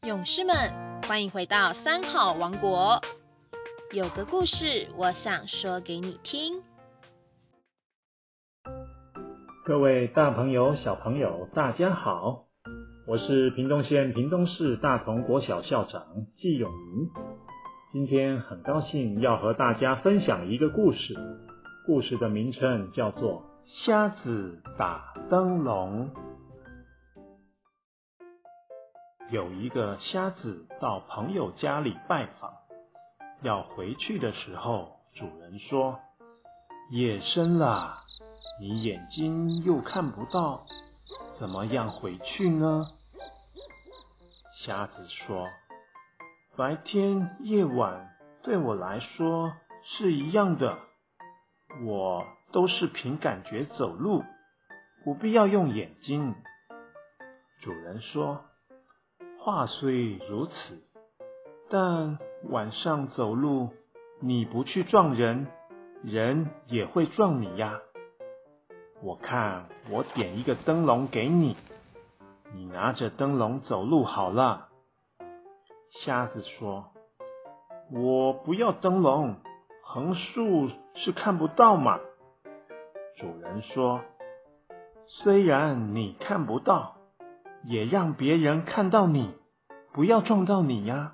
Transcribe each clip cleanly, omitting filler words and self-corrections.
勇士们，欢迎回到三好王国。有个故事，我想说给你听。 各位大朋友、小朋友，大家好，我是屏东县屏东市大同国小校长纪永明。今天很高兴要和大家分享一个故事，故事的名称叫做《瞎子打灯笼》。有一个瞎子到朋友家里拜访，要回去的时候，主人说：夜深了，你眼睛又看不到，怎么样回去呢？瞎子说：白天夜晚对我来说是一样的，我都是凭感觉走路，不必要用眼睛。主人说：话虽如此，但晚上走路，你不去撞人，人也会撞你呀。我看我点一个灯笼给你，你拿着灯笼走路好了。瞎子说：我不要灯笼，横竖是看不到嘛。主人说：虽然你看不到，也让别人看到你，不要撞到你呀。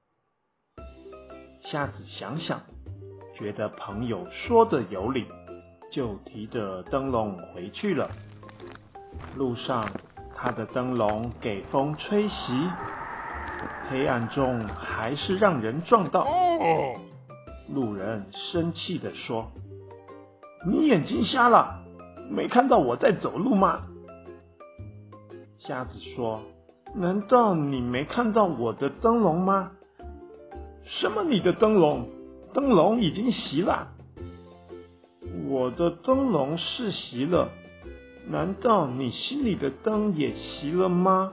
瞎子想想，觉得朋友说的有理，就提着灯笼回去了。路上，他的灯笼给风吹袭，黑暗中还是让人撞到。路人生气地说：你眼睛瞎了，没看到我在走路吗？瞎子说：难道你没看到我的灯笼吗？什么你的灯笼？灯笼已经熄了。我的灯笼是熄了，难道你心里的灯也熄了吗？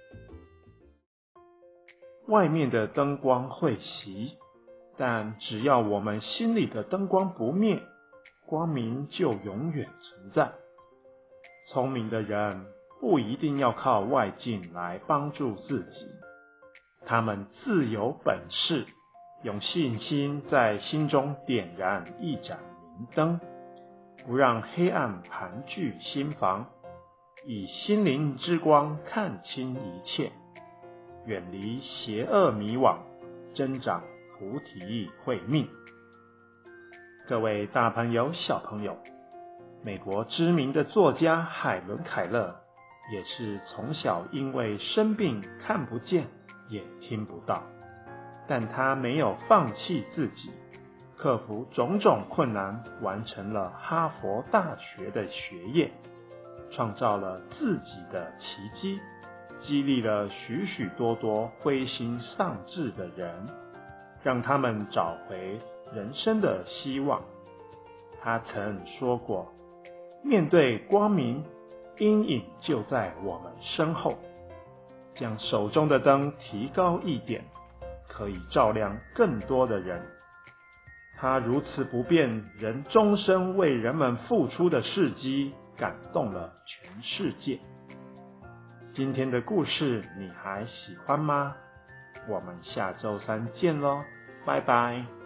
外面的灯光会熄，但只要我们心里的灯光不灭，光明就永远存在。聪明的人不一定要靠外境来帮助自己，他们自有本事，用信心在心中点燃一盏明灯，不让黑暗盘踞心房，以心灵之光看清一切，远离邪恶迷惘，增长菩提慧命。各位大朋友、小朋友，美国知名的作家海伦·凯勒也是从小因为生病看不见也听不到，但他没有放弃自己，克服种种困难，完成了哈佛大学的学业，创造了自己的奇迹，激励了许许多多灰心丧志的人，让他们找回人生的希望。他曾说过，面对光明，阴影就在我们身后，将手中的灯提高一点，可以照亮更多的人。他如此不变，仍终身为人们付出的事迹，感动了全世界。今天的故事你还喜欢吗？我们下周三见咯，拜拜。